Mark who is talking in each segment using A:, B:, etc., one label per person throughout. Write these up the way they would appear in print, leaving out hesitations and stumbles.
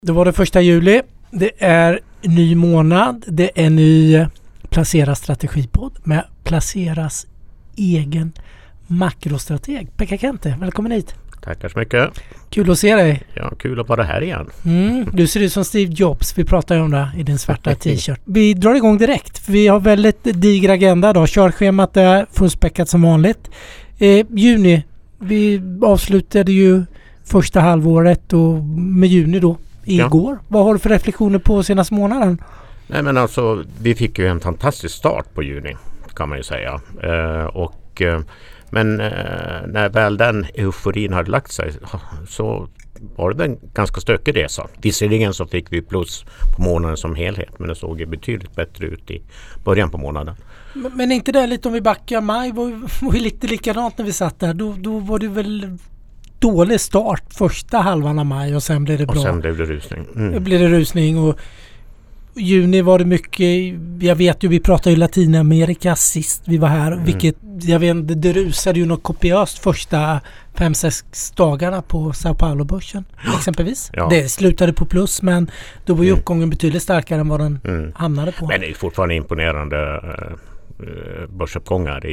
A: Det var det 1 juli. Det är ny månad. Det är ny Placera strategipodd med Placeras egen makrostrateg. Pekka Kente, välkommen hit.
B: Tackar så mycket.
A: Kul att se dig.
B: Ja, kul att vara här igen.
A: Du ser ut som Steve Jobs. Vi pratar ju om det i din svarta t-shirt. Vi drar igång direkt. För vi har väldigt diger agenda idag. Körschemat är fullspäckat som vanligt. Juni. Vi avslutade ju första halvåret och med juni då. Igår. Ja. Vad har du för reflektioner på senaste månaden?
B: Nej, men alltså, vi fick ju en fantastisk start på juni kan man ju säga. Men när väl den euforin hade lagt sig så var det en ganska stökig resa. Visserligen så fick vi plus på månaden som helhet, men det såg ju betydligt bättre ut i början på månaden.
A: Men inte det lite om vi backar maj var ju lite likadant när vi satt där. Då var det väl dålig start första halvan av maj och sen blev det bra.
B: Och sen blev det rusning.
A: Det blev det rusning och juni var det mycket, jag vet ju vi pratade ju Latinamerika sist vi var här, vilket jag vet inte, det rusade ju något kopiöst första 5-6 dagarna på Sao Paulo-börsen exempelvis. Ja. Det slutade på plus, men då var ju uppgången betydligt starkare än vad den hamnade på.
B: Men det är fortfarande imponerande börsuppgångar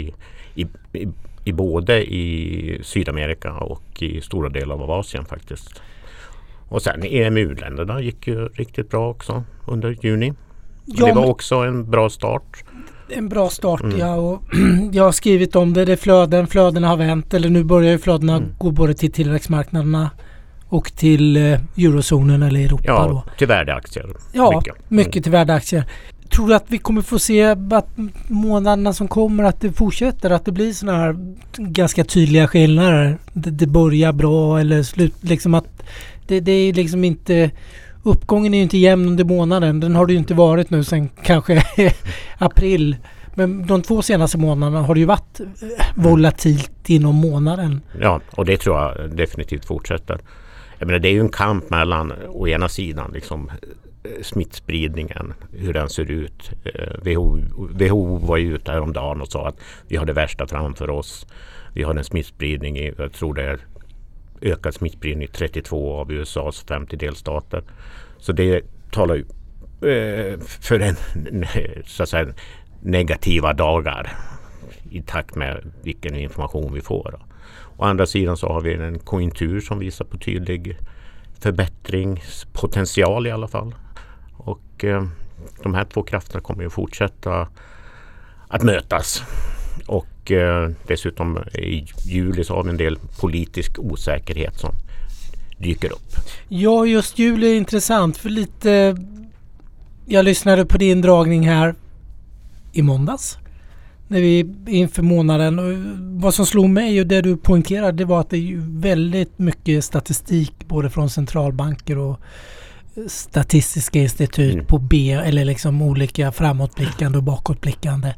B: i både i Sydamerika och i stora delar av Asien faktiskt. Och sen EMU-länderna gick ju riktigt bra också under juni. Ja, det var också en bra start.
A: En bra start, ja. Och jag har skrivit om det. Det är flödena har vänt. Eller nu börjar ju flödena gå både till tillväxtmarknaderna och till eurozonen eller Europa.
B: Ja,
A: då.
B: Till värdeaktier.
A: Ja, mycket till värdeaktier. Tror du att vi kommer få se att månaderna som kommer att det fortsätter, att det blir såna här ganska tydliga skillnader? Det börjar bra eller slut, liksom att det är liksom inte, uppgången är ju inte jämn under månaden. Den har det ju inte varit nu sen kanske april. Men de 2 senaste månaderna har det ju varit volatilt inom månaden.
B: Ja, och det tror jag definitivt fortsätter. Jag menar, det är ju en kamp mellan å ena sidan liksom smittspridningen, hur den ser ut. WHO var ju ute häromdagen och sa att vi har det värsta framför oss. Vi har en smittspridning i, jag tror det är ökad smittspridning i 32 av USAs 50 delstater. Så det talar ju för en så att säga negativa dagar i takt med vilken information vi får. Å andra sidan så har vi en konjunktur som visar på tydlig förbättringspotential i alla fall. Och de här 2 krafterna kommer ju fortsätta att mötas. Och dessutom i juli så har vi en del politisk osäkerhet som dyker upp.
A: Ja, just juli är intressant för lite. Jag lyssnade på din dragning här i måndags när vi inför månaden, och vad som slog mig och det du poängterade, det var att det är ju väldigt mycket statistik både från centralbanker och statistiska institut på eller liksom olika framåtblickande och bakåtblickande.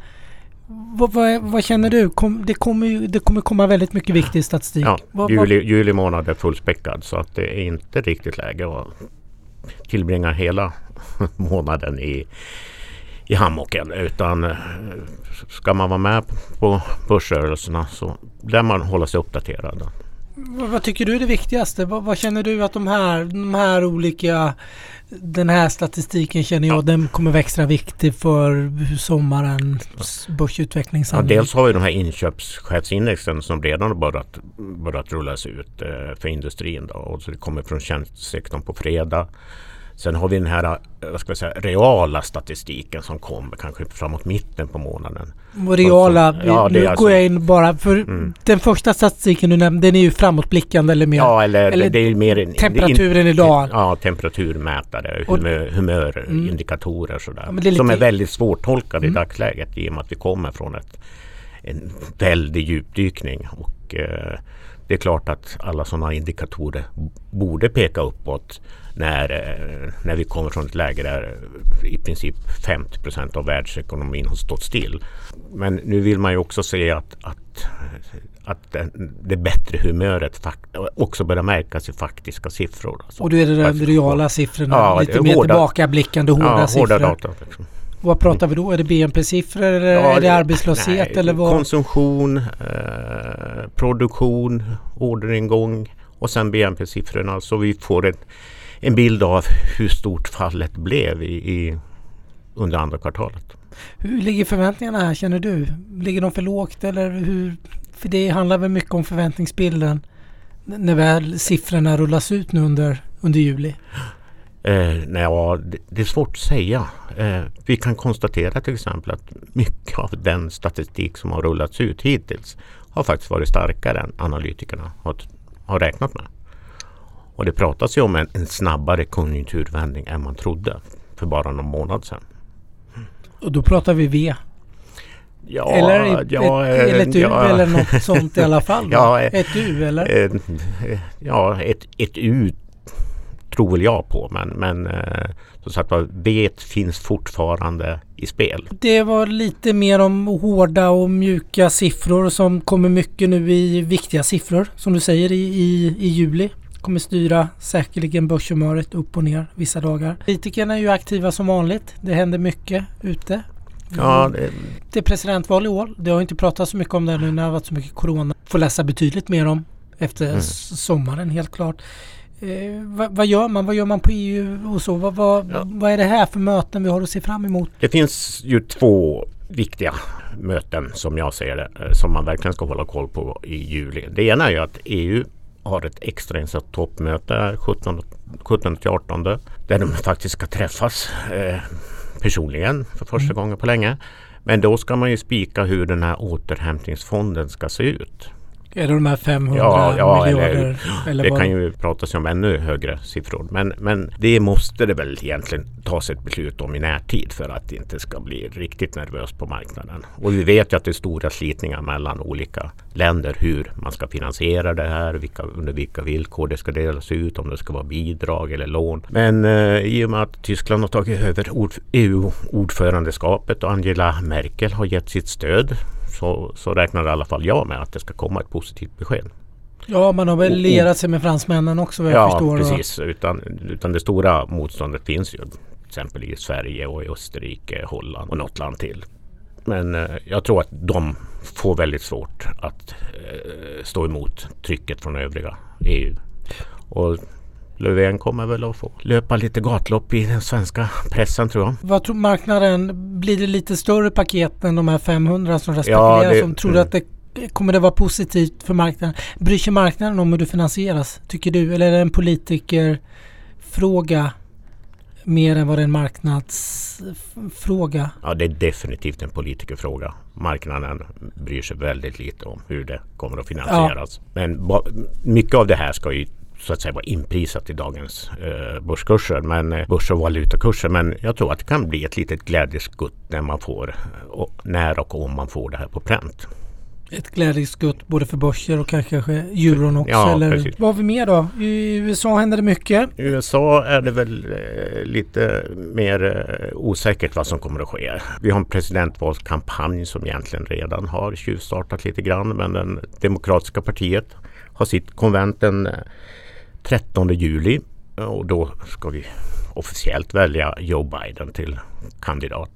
A: Vad känner du? Det kommer komma väldigt mycket viktig statistik.
B: Ja, juli månad är fullspäckad, så att det är inte riktigt läge att tillbringa hela månaden i hammocken, utan ska man vara med på börsrörelserna så lär man hålla sig uppdaterad.
A: Vad tycker du är det viktigaste? Vad känner du att de här olika, den här statistiken känner jag den kommer vara extra viktig för sommarens börsutveckling?
B: Ja, dels har vi de här inköpschefsindexen som redan har börjat rullas ut för industrin då, och så det kommer från tjänstesektorn på fredag. Sen har vi den här reala statistiken som kommer kanske framåt mitten på månaden.
A: Reala, nu går jag in bara för den första statistiken du nämnde, den är ju framåtblickande eller mer.
B: Ja, eller det är mer
A: temperaturen idag.
B: Ja, temperaturmätare, humörindikatorer sådär.
A: Ja,
B: som är väldigt svårtolkade i dagsläget i och med att vi kommer från en väldig djupdykning, och det är klart att alla sådana indikatorer borde peka uppåt när vi kommer från ett läge där i princip 50% av världsekonomin har stått still. Men nu vill man ju också se att det bättre humöret också börjar märkas i faktiska siffror. Alltså,
A: och då är det de reala siffrorna, lite mer tillbakablickande, hårda siffror.
B: Hårda data. Liksom.
A: Vad pratar vi då? Är det BNP-siffror eller är det arbetslöshet?
B: Nej,
A: eller vad?
B: Konsumtion, produktion, orderingång och sen BNP-siffrorna. Så vi får en bild av hur stort fallet blev under andra kvartalet.
A: Hur ligger förväntningarna här, känner du? Ligger de för lågt eller hur? För det handlar väl mycket om förväntningsbilden när väl siffrorna rullas ut nu under juli.
B: Det är svårt att säga. Vi kan konstatera till exempel att mycket av den statistik som har rullats ut hittills har faktiskt varit starkare än analytikerna har räknat med. Och det pratas ju om en snabbare konjunkturvändning än man trodde för bara någon månad sedan. Och
A: då pratar vi V.
B: Ja,
A: eller ett U eller något sånt i alla fall. Ett U eller?
B: Ett U tror väl jag på, men så sagt var, V finns fortfarande i spel.
A: Det var lite mer om hårda och mjuka siffror som kommer mycket nu i viktiga siffror som du säger i juli. Kommer styra säkerligen börshumöret upp och ner vissa dagar. Politikerna är ju aktiva som vanligt. Det händer mycket ute.
B: Ja,
A: det är presidentval i år. Det har inte pratat så mycket om det nu när det har varit så mycket corona. Får läsa betydligt mer om efter sommaren helt klart. Vad gör man? Vad gör man på EU och så? Vad är det här för möten vi har att se fram emot?
B: Det finns ju 2 viktiga möten som jag ser det som man verkligen ska hålla koll på i juli. Det ena är ju att EU har ett extrainsatt toppmöte 17-18 där de faktiskt ska träffas personligen för första gången på länge. Men då ska man ju spika hur den här återhämtningsfonden ska se ut.
A: Är det de här 500 miljarder? Eller
B: det kan ju pratas om ännu högre siffror. Men det måste det väl egentligen tas ett beslut om i närtid för att det inte ska bli riktigt nervöst på marknaden. Och vi vet ju att det är stora slitningar mellan olika länder hur man ska finansiera det här, under vilka villkor det ska delas ut, om det ska vara bidrag eller lån. Men i och med att Tyskland har tagit över EU-ordförandeskapet och Angela Merkel har gett sitt stöd så räknar i alla fall jag med att det ska komma ett positivt besked.
A: Ja, man har väl lierat sig med fransmännen också vad jag förstår.
B: Ja, precis. Utan det stora motståndet finns ju till exempel i Sverige och i Österrike, Holland och något land till. Men jag tror att de får väldigt svårt att stå emot trycket från övriga EU. Och Löfven kommer väl att få löpa lite gatlopp i den svenska pressen, tror jag.
A: Vad tror marknaden? Blir det lite större paket än de här 500 som spekuleras om? Tror du att kommer det vara positivt för marknaden? Bryr sig marknaden om hur det finansieras, tycker du? Eller är det en politikerfråga mer än vad det är en marknadsfråga?
B: Ja, det är definitivt en politikerfråga. Marknaden bryr sig väldigt lite om hur det kommer att finansieras. Ja. Men mycket av det här ska ju så att säga vara inprisat i dagens börskurser, börs- och valutakurser. Men jag tror att det kan bli ett litet glädjeskutt när och om man får det här på pränt.
A: Ett glädjeskutt både för börser och kanske euron också.
B: Ja,
A: eller
B: precis.
A: Vad har vi mer då? I USA händer det mycket.
B: I USA är det väl lite mer osäkert vad som kommer att ske. Vi har en presidentvalskampanj som egentligen redan har tjuvstartat lite grann, men det demokratiska partiet har sitt konvent den 13 juli och då ska vi officiellt välja Joe Biden till kandidat.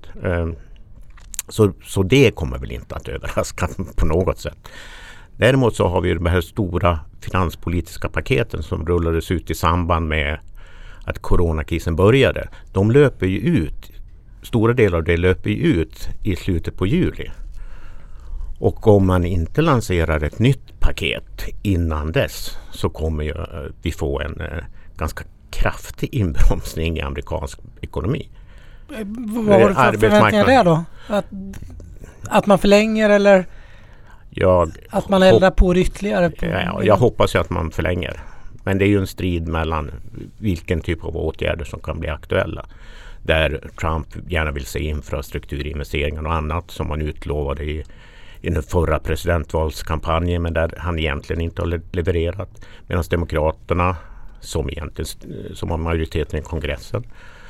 B: Så det kommer väl inte att överraska på något sätt. Däremot så har vi de här stora finanspolitiska paketen som rullades ut i samband med att coronakrisen började. De löper ju ut, stora delar av det löper ju ut i slutet på juli. Och om man inte lanserar ett nytt paket innan dess så kommer vi få en ganska kraftig inbromsning i amerikansk ekonomi.
A: Vad har du för förväntningar där då? Att man förlänger eller att man eldar på ytterligare?
B: Jag hoppas ju att man förlänger. Men det är ju en strid mellan vilken typ av åtgärder som kan bli aktuella. Där Trump gärna vill se infrastrukturinvesteringar och annat som man utlovade i den förra presidentvalskampanjen, men där han egentligen inte har levererat. Medan demokraterna, som har majoriteten i kongressen,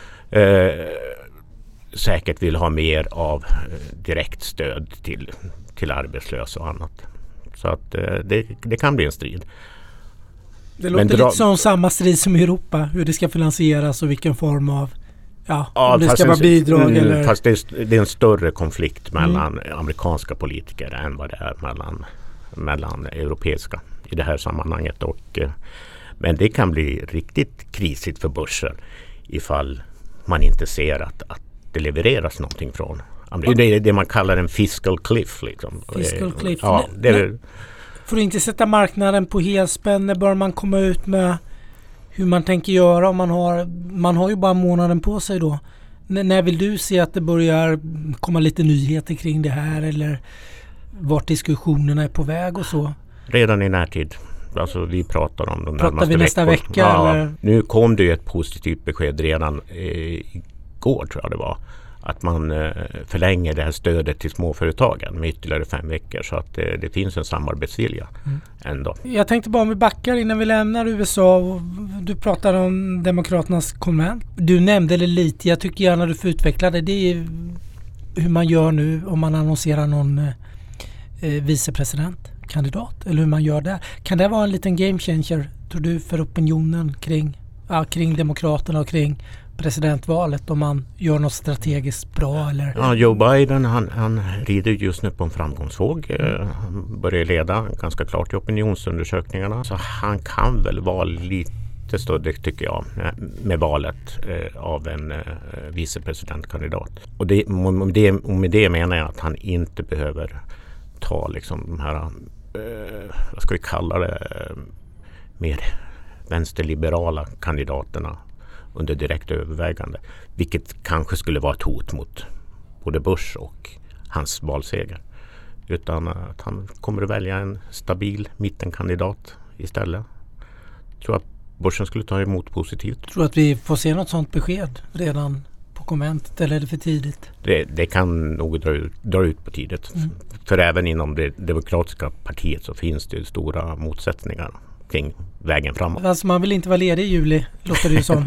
B: säkert vill ha mer av direkt stöd till arbetslösa och annat. Så att det kan bli en strid.
A: Det låter lite som samma strid som i Europa, hur det ska finansieras och vilken form av om det ska vara bidrag eller...
B: Fast det är en större konflikt mellan amerikanska politiker än vad det är mellan europeiska i det här sammanhanget. Men det kan bli riktigt krisigt för börsen ifall man inte ser att det levereras någonting från. Det är det man kallar en fiscal cliff. Liksom.
A: Fiscal cliff.
B: Ja,
A: för att inte sätta marknaden på helspänn, när bör man komma ut med hur man tänker göra? Om man har ju bara månaden på sig då. När vill du se att det börjar komma lite nyheter kring det här, eller vart diskussionerna är på väg och så?
B: Redan i närtid. Alltså vi pratar om de
A: pratar
B: närmaste
A: vi nästa
B: veckan.
A: vecka?
B: Ja,
A: eller?
B: Nu kom det ju ett positivt besked redan igår, tror jag det var. Att man förlänger det här stödet till småföretagen med ytterligare 5 veckor, så att det finns en samarbetsvilja ändå.
A: Jag tänkte bara om vi backar innan vi lämnar USA. Du pratade om Demokraternas konvent. Du nämnde det lite, jag tycker gärna du får utveckla det. Det är hur man gör nu om man annonserar någon vicepresidentkandidat, eller hur man gör där. Kan det vara en liten game changer, tror du, för opinionen kring Demokraterna och kring presidentvalet, om man gör något strategiskt bra? Eller?
B: Ja, Joe Biden han rider just nu på en framgångsvåg. Han börjar leda ganska klart i opinionsundersökningarna. Så han kan väl vara lite stöddig, tycker jag, med valet av en vicepresidentkandidat. Och med det menar jag att han inte behöver ta liksom de här, vad ska vi kalla det, mer vänsterliberala kandidaterna under direkt övervägande, vilket kanske skulle vara ett hot mot både Bush och hans valseger, utan att han kommer att välja en stabil mittenkandidat istället. Jag tror att Bushen skulle ta emot positivt.
A: Tror att vi får se något sånt besked redan på konventet, eller är det för tidigt?
B: Det kan nog dra ut på tidigt. För även inom det demokratiska partiet så finns det stora motsättningar kring vägen framåt.
A: Alltså man vill inte vara ledig i juli, låter det ju som.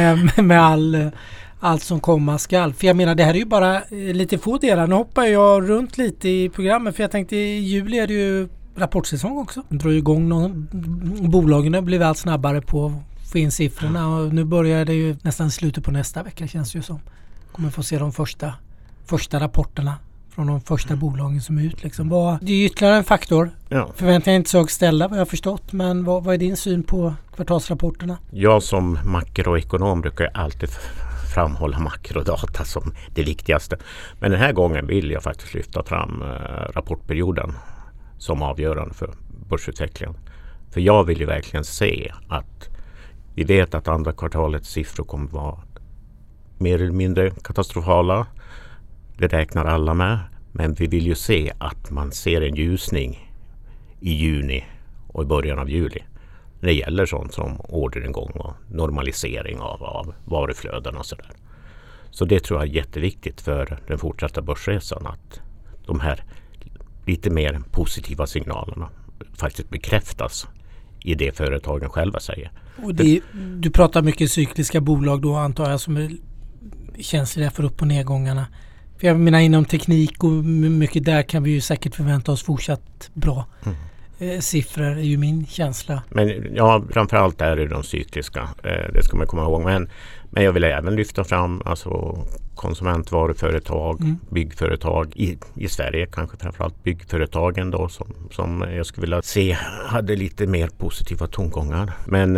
A: med allt som komma skall. För jag menar, det här är ju bara lite få delar. Nu hoppar jag runt lite i programmet, för jag tänkte i juli är det ju rapportsäsong också. De drar ju igång bolagen blir allt snabbare på att få in siffrorna, och nu börjar det ju nästan slutet på nästa vecka, känns det ju som. Kommer få se de första rapporterna från de första bolagen som är ut. Liksom. Det är ju ytterligare en faktor. Ja. Förväntningarna är inte så ställda, vad jag har förstått. Men vad är din syn på kvartalsrapporterna?
B: Jag som makroekonom brukar alltid framhålla makrodata som det viktigaste. Men den här gången vill jag faktiskt lyfta fram rapportperioden som avgörande för börsutvecklingen. För jag vill ju verkligen se att vi vet att andra kvartalets siffror kommer vara mer eller mindre katastrofala. Det räknar alla med, men vi vill ju se att man ser en ljusning i juni och i början av juli. Det gäller sånt som orderingång och normalisering av varuflöden och sådär. Så det tror jag är jätteviktigt för den fortsatta börsresan, att de här lite mer positiva signalerna faktiskt bekräftas i det företagen själva säger.
A: Och du pratar mycket cykliska bolag då, antar jag, som är känsliga för upp- och nedgångarna. För jag menar, inom teknik och mycket där kan vi ju säkert förvänta oss fortsatt bra siffror, är ju min känsla.
B: Men ja, framförallt är det de cykliska, det ska man komma ihåg. Men jag vill även lyfta fram alltså konsumentvaruföretag, byggföretag i Sverige, kanske framförallt byggföretagen då, som jag skulle vilja se hade lite mer positiva tongångar. Men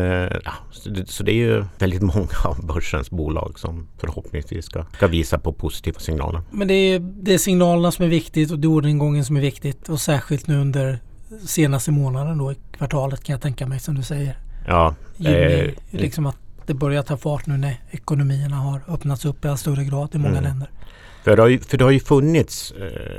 B: så det är ju väldigt många av börsens bolag som förhoppningsvis ska visa på positiva signaler. Men
A: det är signalerna som är viktigt, och det är orderingången som är viktigt, och särskilt nu under senaste månaden då i kvartalet, kan jag tänka mig, som du säger.
B: Ja.
A: Juni, liksom att det börjar ta fart nu när ekonomierna har öppnats upp i allt större grad i många länder.
B: För det har ju funnits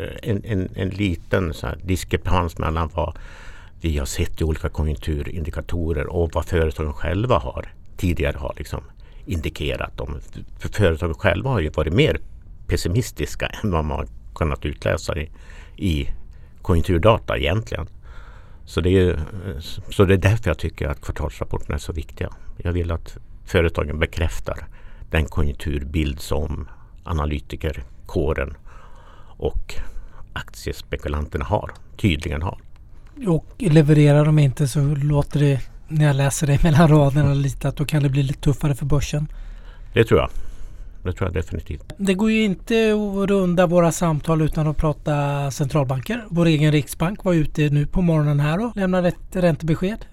B: en liten så här diskrepans mellan vad vi har sett i olika konjunkturindikatorer och vad företagen själva tidigare har liksom indikerat dem. För företagen själva har ju varit mer pessimistiska än vad man har kunnat utläsa i konjuturdata egentligen. Så det är därför jag tycker att kvartalsrapporterna är så viktiga. Jag vill att företagen bekräftar den konjunkturbild som analytikerkåren och aktiespekulanterna tydligen har. Och
A: levererar de inte, så låter det, när jag läser det mellan raderna lite, att då kan det bli lite tuffare för börsen.
B: Det tror jag definitivt.
A: Det går ju inte att runda våra samtal utan att prata centralbanker. Vår egen Riksbank var ute nu på morgonen här och lämnade ett räntebesked.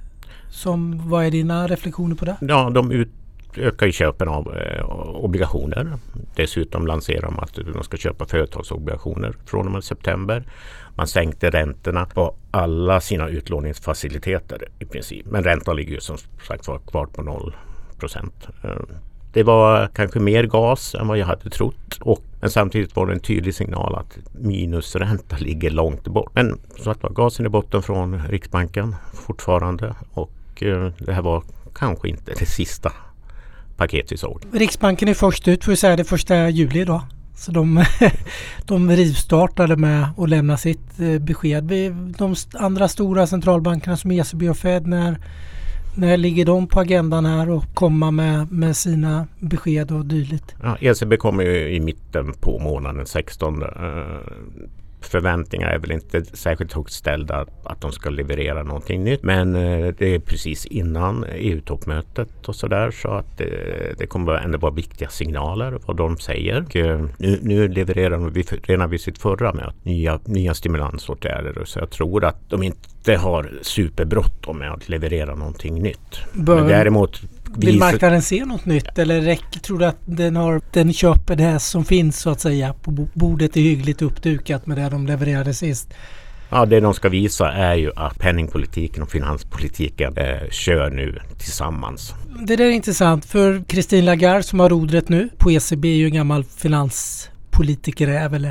A: Vad är dina reflektioner på det?
B: Ja, de ökar ju köpen av obligationer. Dessutom lanserar de att de ska köpa företagsobligationer från och med september. Man sänkte räntorna på alla sina utlåningsfaciliteter i princip. Men räntan ligger ju som sagt kvar på 0%. Det var kanske mer gas än vad jag hade trott. Men samtidigt var det en tydlig signal att minusränta ligger långt bort. Men så att gasen i botten från Riksbanken fortfarande. Och det här var kanske inte det sista paket vi såg.
A: Riksbanken är först ut, får vi säga det, 1 juli då. Så de rivstartade med att lämna sitt besked. De andra stora centralbankerna som ECB och Fed, när ligger de på agendan här och komma med sina besked och dylikt?
B: Ja, ECB kommer ju i mitten på månaden 16. Förväntningar är väl inte särskilt högt ställda att de ska leverera någonting nytt. Men det är precis innan EU-toppmötet och sådär, så att det kommer ändå vara viktiga signaler vad de säger. Nu levererar de redan vid sitt förra möte nya stimulansåtgärder, så jag tror att de inte har superbråttom med att leverera någonting nytt. Men däremot
A: vill marknaden se något nytt, eller tror du att den köper det som finns så att säga på bordet är hyggligt uppdukat med det de levererade sist?
B: Ja, det de ska visa är ju att penningpolitiken och finanspolitiken kör nu tillsammans.
A: Det där är intressant, för Christine Lagarde som har rodret nu på ECB är ju en gammal finanspolitiker, eller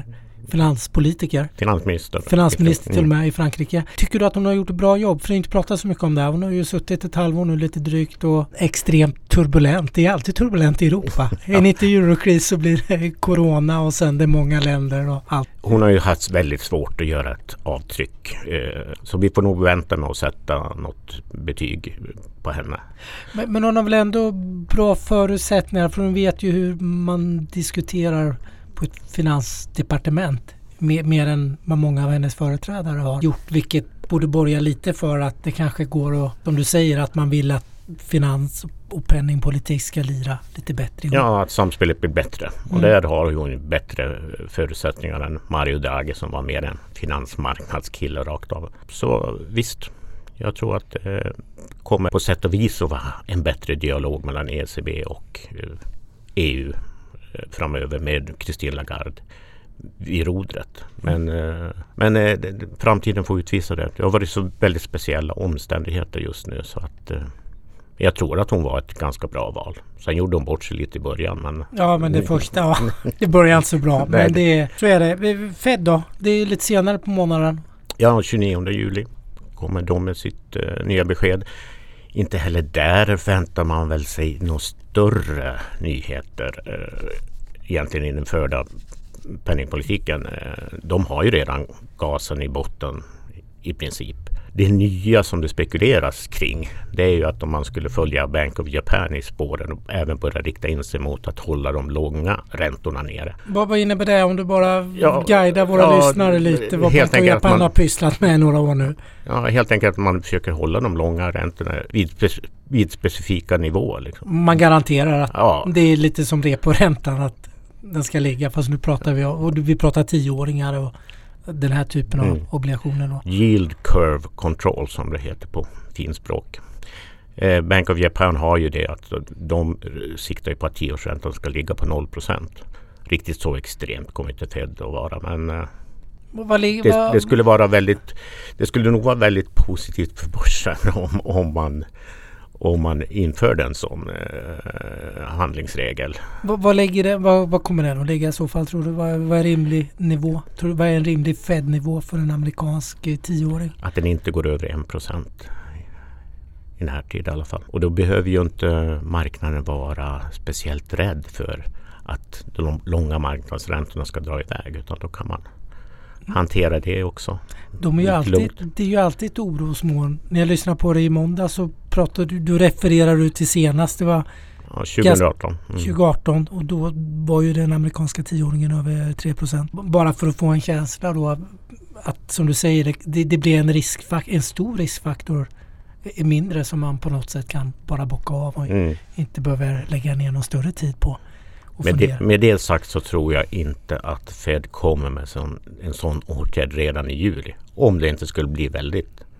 A: finansminister till och med i Frankrike. Tycker du att hon har gjort ett bra jobb? För att inte prata så mycket om det. Hon har ju suttit ett halvår nu lite drygt och extremt turbulent. Det är alltid turbulent i Europa. En inte eurokris så blir det corona och sen det är många länder och allt.
B: Hon har ju haft väldigt svårt att göra ett avtryck. Så vi får nog vänta med att sätta något betyg på henne.
A: Men hon har väl ändå bra förutsättningar, för hon vet ju hur man diskuterar på ett finansdepartement mer än vad många av hennes företrädare har gjort, vilket borde borga lite för att det kanske går att, som du säger, att man vill att finans och penningpolitik ska lira lite bättre.
B: Ja, att samspelet blir bättre. Och där har hon bättre förutsättningar än Mario Draghi som var mer en finansmarknadskille rakt av. Så visst, jag tror att det kommer på sätt och vis att vara en bättre dialog mellan ECB och EU framöver med Christine Lagarde i rodret. Men framtiden får utvisa det. Det har varit så väldigt speciella omständigheter just nu, så att jag tror att hon var ett ganska bra val. Sen gjorde hon bort sig lite i början. Men
A: det första, det började alltså bra. Men så är det. Fed då? Det är lite senare på månaden.
B: Ja, 29 juli kommer de med sitt nya besked. Inte heller där väntar man väl sig några större nyheter egentligen i den förda penningpolitiken. De har ju redan gasen i botten i princip. Det nya som det spekuleras kring, det är ju att om man skulle följa Bank of Japan i spåren och även börja rikta in sig mot att hålla de långa räntorna nere.
A: Vad innebär det om du bara guidar våra lyssnare lite? Vad Bank of Japan har pysslat med några år nu?
B: Ja, helt enkelt att man försöker hålla de långa räntorna vid specifika nivåer. Liksom.
A: Man garanterar att det är lite som reporäntan, att den ska ligga, fast nu pratar vi pratar 10-åringar och den här typen av obligationer då.
B: Yield curve control som det heter på finspråk. Bank of Japan har ju det att de siktar ju på att 10-årsräntan ska ligga på 0%. Riktigt så extremt kommer inte Fed att vara, men det skulle nog vara väldigt positivt för börsen om man införde en sån handlingsregel.
A: Vad kommer den att lägga i så fall, tror du? Vad är rimlig nivå? Tror du, vad är en rimlig Fed-nivå för en amerikansk 10-åring?
B: Att den inte går över 1% i närtid i alla fall. Och då behöver ju inte marknaden vara speciellt rädd för att de långa marknadsräntorna ska dra iväg, utan då kan man hantera det också.
A: Det är ju alltid ett orosmoln. När jag lyssnar på dig i måndag så du refererar till senast, det var
B: 2018.
A: 2018, och då var ju den amerikanska 10-åringen över 3%. Bara för att få en känsla då att, som du säger, det blir en stor riskfaktor mindre som man på något sätt kan bara bocka av och inte behöver lägga ner någon större tid på.
B: Med det sagt så tror jag inte att Fed kommer med en sån åtgärd redan i juli. Om det inte skulle bli väldigt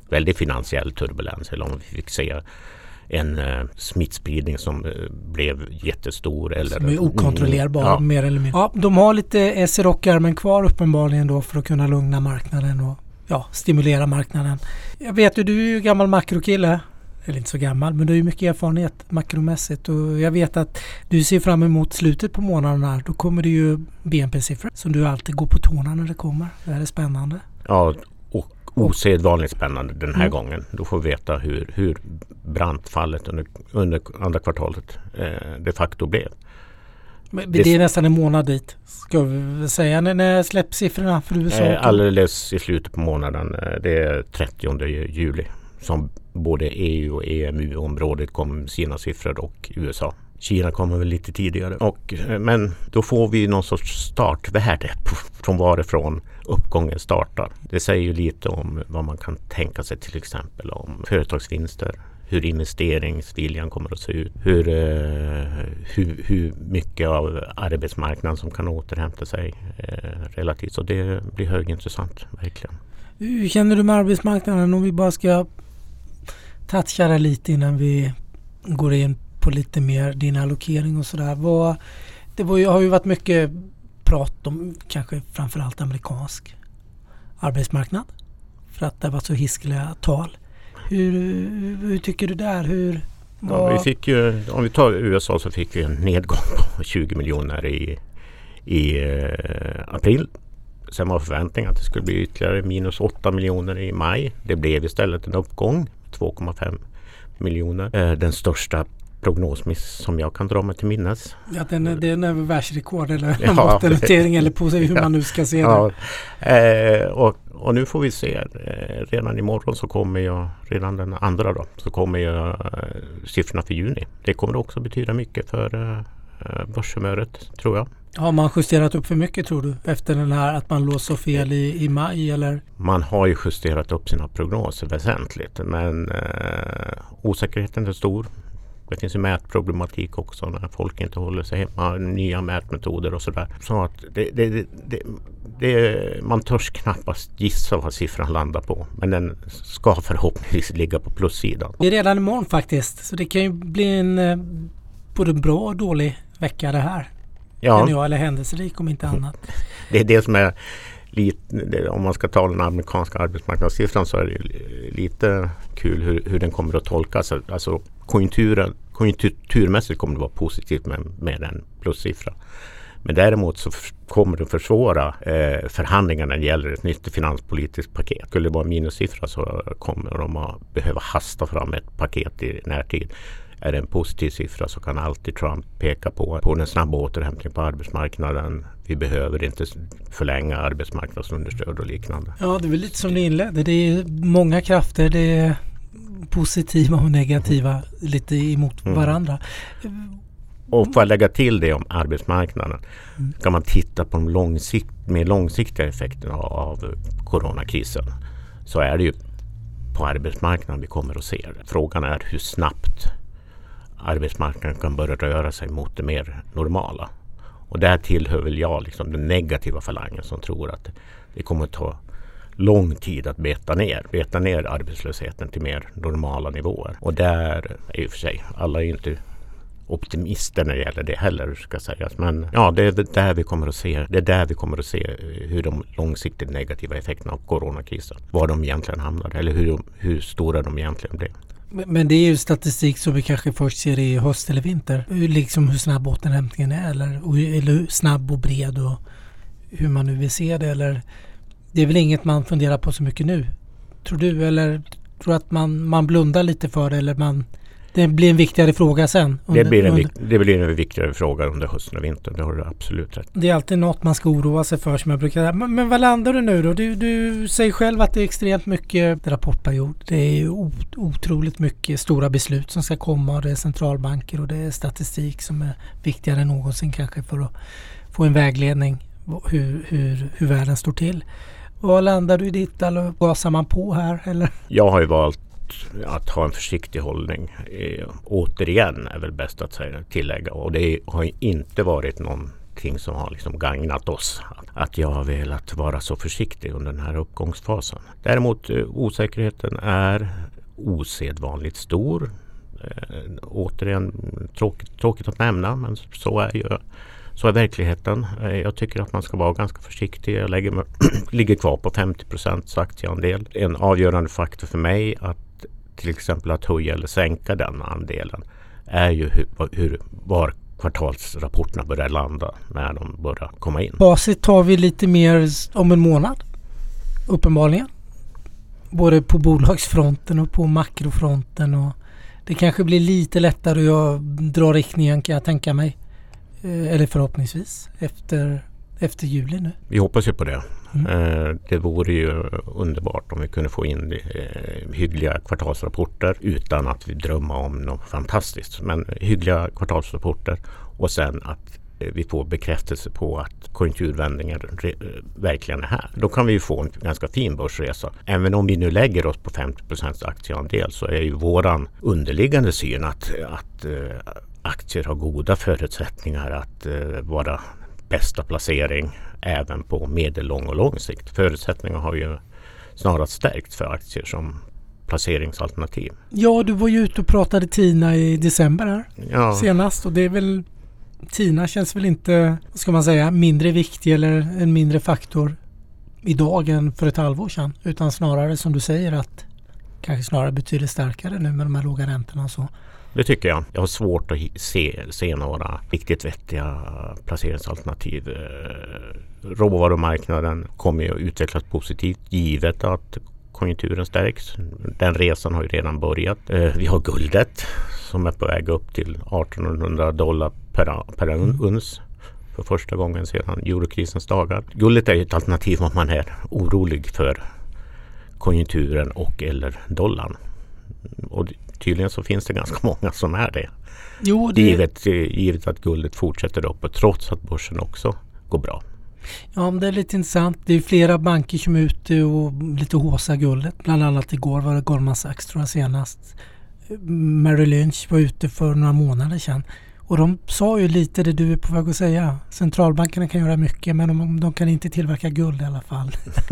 B: väldigt finansiell turbulens, eller om vi fick se en smittspridning som blev jättestor. Eller,
A: som är okontrollerbar mer eller mindre. Ja, de har lite SE-rockärmen kvar uppenbarligen då för att kunna lugna marknaden och stimulera marknaden. Jag vet ju, du är ju gammal makrokille. Eller inte så gammal, men du har ju mycket erfarenhet makromässigt och jag vet att du ser fram emot slutet på månaden här. Då kommer det ju BNP-siffror som du alltid går på tårna när det kommer. Det här är spännande.
B: Ja, och osedvanligt spännande den här gången. Då får vi veta hur brantfallet under andra kvartalet de facto blev.
A: Men det är nästan en månad dit, ska vi säga. När släpps siffrorna för USA?
B: Alldeles i slutet på månaden. Det är 30 juli som både EU och EMU-området kom med sina siffror och USA. Kina kommer väl lite tidigare. Men då får vi någon sorts startvärde från varifrån uppgången startar. Det säger ju lite om vad man kan tänka sig, till exempel om företagsvinster, hur investeringsviljan kommer att se ut, hur mycket av arbetsmarknaden som kan återhämta sig relativt. Så det blir högintressant, verkligen.
A: Hur känner du med arbetsmarknaden, om vi bara ska toucha det lite innan vi går in på lite mer din allokering och sådär. Har ju varit mycket prat om kanske framförallt amerikansk arbetsmarknad för att det var så hiskliga tal. Hur tycker du där?
B: Vi fick ju, om vi tar USA, så fick vi en nedgång på 20 miljoner i april. Sen var förväntningen att det skulle bli ytterligare minus 8 miljoner i maj. Det blev istället en uppgång, 2,5 miljoner. Den största prognosmiss som jag kan dra mig till minnes.
A: Ja, det är en världsrekord eller bottennotering eller på sig hur man nu ska se det.
B: Och nu får vi se. Redan imorgon så kommer jag, redan den andra då, så kommer jag siffrorna för juni. Det kommer också betyda mycket för börshumöret, tror jag.
A: Har man justerat upp för mycket, tror du, efter den här att man låg så fel i maj? Eller?
B: Man har ju justerat upp sina prognoser väsentligt, men osäkerheten är stor. Det finns ju mätproblematik också när folk inte håller sig hemma, nya mätmetoder och sådär. Så att man törs knappast gissa vad siffran landar på, men den ska förhoppningsvis ligga på plussidan.
A: Det är redan imorgon faktiskt, så det kan ju bli en både bra och dålig vecka det här. Ja. Eller händelserik om inte annat.
B: Det är det som är lite, om man ska ta den amerikanska arbetsmarknadssiffran, så är det lite kul hur den kommer att tolkas. Alltså konjunkturmässigt kommer det vara positivt med en plussiffra. Men däremot så kommer det försvåra förhandlingarna när det gäller ett nytt finanspolitiskt paket. Skulle det vara minussiffra så kommer de att behöva hasta fram ett paket i närtid. Är det en positiv siffra så kan alltid Trump peka på den snabba återhämtning på arbetsmarknaden. Vi behöver inte förlänga arbetsmarknadsunderstöd och liknande. Ja, det är väl lite som det inledde. Det är många krafter, det är positiva och negativa lite emot varandra. Och för att lägga till det om arbetsmarknaden kan man titta på de mer långsiktiga effekterna av coronakrisen, så är det ju på arbetsmarknaden vi kommer att se det. Frågan är hur snabbt arbetsmarknaden kan börja röra sig mot det mer normala. Och där tillhör väl jag liksom den negativa falangen som tror att det kommer att ta lång tid att beta ner arbetslösheten till mer normala nivåer. Och där är ju för sig, alla är ju inte optimister när det gäller det heller, ska sägas. Men ja, det är där vi kommer att se. Det är där vi kommer att se hur de långsiktigt negativa effekterna av coronakrisen, var de egentligen hamnade eller hur stora de egentligen blev. Men det är ju statistik som vi kanske först ser i höst eller vinter. Liksom hur snabb återhämtningen är eller hur snabb och bred och hur man nu vill se det. Eller, det är väl inget man funderar på så mycket nu, tror du? Eller tror att man blundar lite för det, eller det blir en viktigare fråga sen? Det blir en viktigare fråga under hösten och vintern, det har du absolut rätt. Det är alltid något man ska oroa sig för, som jag brukar säga. Men vad landar du nu då? Du säger själv att det är extremt mycket rapportperiod. Det är otroligt mycket stora beslut som ska komma, och det är centralbanker och det är statistik som är viktigare än någonsin kanske för att få en vägledning hur världen står till. Vad landar du i ditt, eller gasar man på här? Eller? Jag har ju valt att ha en försiktig hållning. Återigen är väl bäst att tillägga. Och det har inte varit någon ingenting som har liksom gagnat oss. Att jag har velat vara så försiktig under den här uppgångsfasen. Däremot osäkerheten är osedvanligt stor. Återigen tråkigt att nämna, men så är verkligheten. Jag tycker att man ska vara ganska försiktig. Jag ligger kvar på 50% aktieandel. En avgörande faktor för mig att till exempel att höja eller sänka den andelen är ju var kvartalsrapporterna börjar landa när de börjar komma in.
A: Facit tar vi lite mer om en månad, uppenbarligen. Både på bolagsfronten och på makrofronten. Och det kanske blir lite lättare att dra riktningen, kan jag tänka mig. Eller förhoppningsvis efter juli nu.
B: Vi hoppas ju på det. Det vore ju underbart om vi kunde få in hyggliga kvartalsrapporter utan att vi drömmer om något fantastiskt. Men hyggliga kvartalsrapporter och sen att vi får bekräftelse på att konjunkturvändningen verkligen är här. Då kan vi ju få en ganska fin börsresa. Även om vi nu lägger oss på 50% aktieandel så är ju våran underliggande syn att aktier har goda förutsättningar att vara bästa placering även på medellång och lång sikt. Förutsättningarna har ju snarare stärkt för aktier som placeringsalternativ.
A: Ja, du var ju ute och pratade TINA i december här senast, och det är väl TINA känns väl inte, vad ska man säga, mindre viktig eller en mindre faktor idag än för ett halvår sedan, utan snarare som du säger att kanske snarare betydligt starkare nu med de här låga räntorna och så.
B: Det tycker jag. Jag har svårt att se några riktigt vettiga placeringsalternativ. Råvarumarknaden kommer ju att utvecklas positivt givet att konjunkturen stärks. Den resan har ju redan börjat. Vi har guldet som är på väg upp till $1800 per uns för första gången sedan eurokrisens dagar. Guldet är ju ett alternativ om man är orolig för konjunkturen och eller dollarn. Och tydligen så finns det ganska många som är det.
A: Jo,
B: givet att guldet fortsätter upp och trots att börsen också går bra.
A: Ja, det är lite intressant. Det är flera banker som är ute och lite håsar guldet. Bland annat igår var det Goldman Sachs, tror jag, senast. Merrill Lynch var ute för några månader sedan. Och de sa ju lite det du är på väg att säga. Centralbankerna kan göra mycket, men de kan inte tillverka guld i alla fall.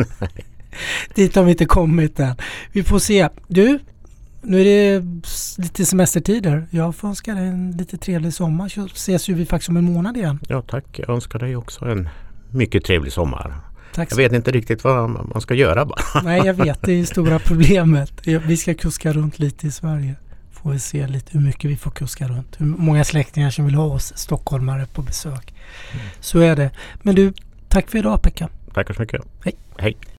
A: Dit har vi inte kommit än. Vi får se. Du, nu är det lite semestertider. Jag får önska dig en lite trevlig sommar. Så ses ju vi faktiskt om en månad igen.
B: Ja, tack. Jag önskar dig också en mycket trevlig sommar.
A: Tack.
B: Jag vet inte riktigt vad man ska göra bara.
A: Nej, jag vet. Det är det stora problemet. Vi ska kuska runt lite i Sverige. Får vi se lite hur mycket vi får kuska runt. Hur många släktingar som vill ha oss stockholmare på besök. Så är det. Men du, tack för idag, Pekka.
B: Tack så mycket.
A: Hej.
B: Hej.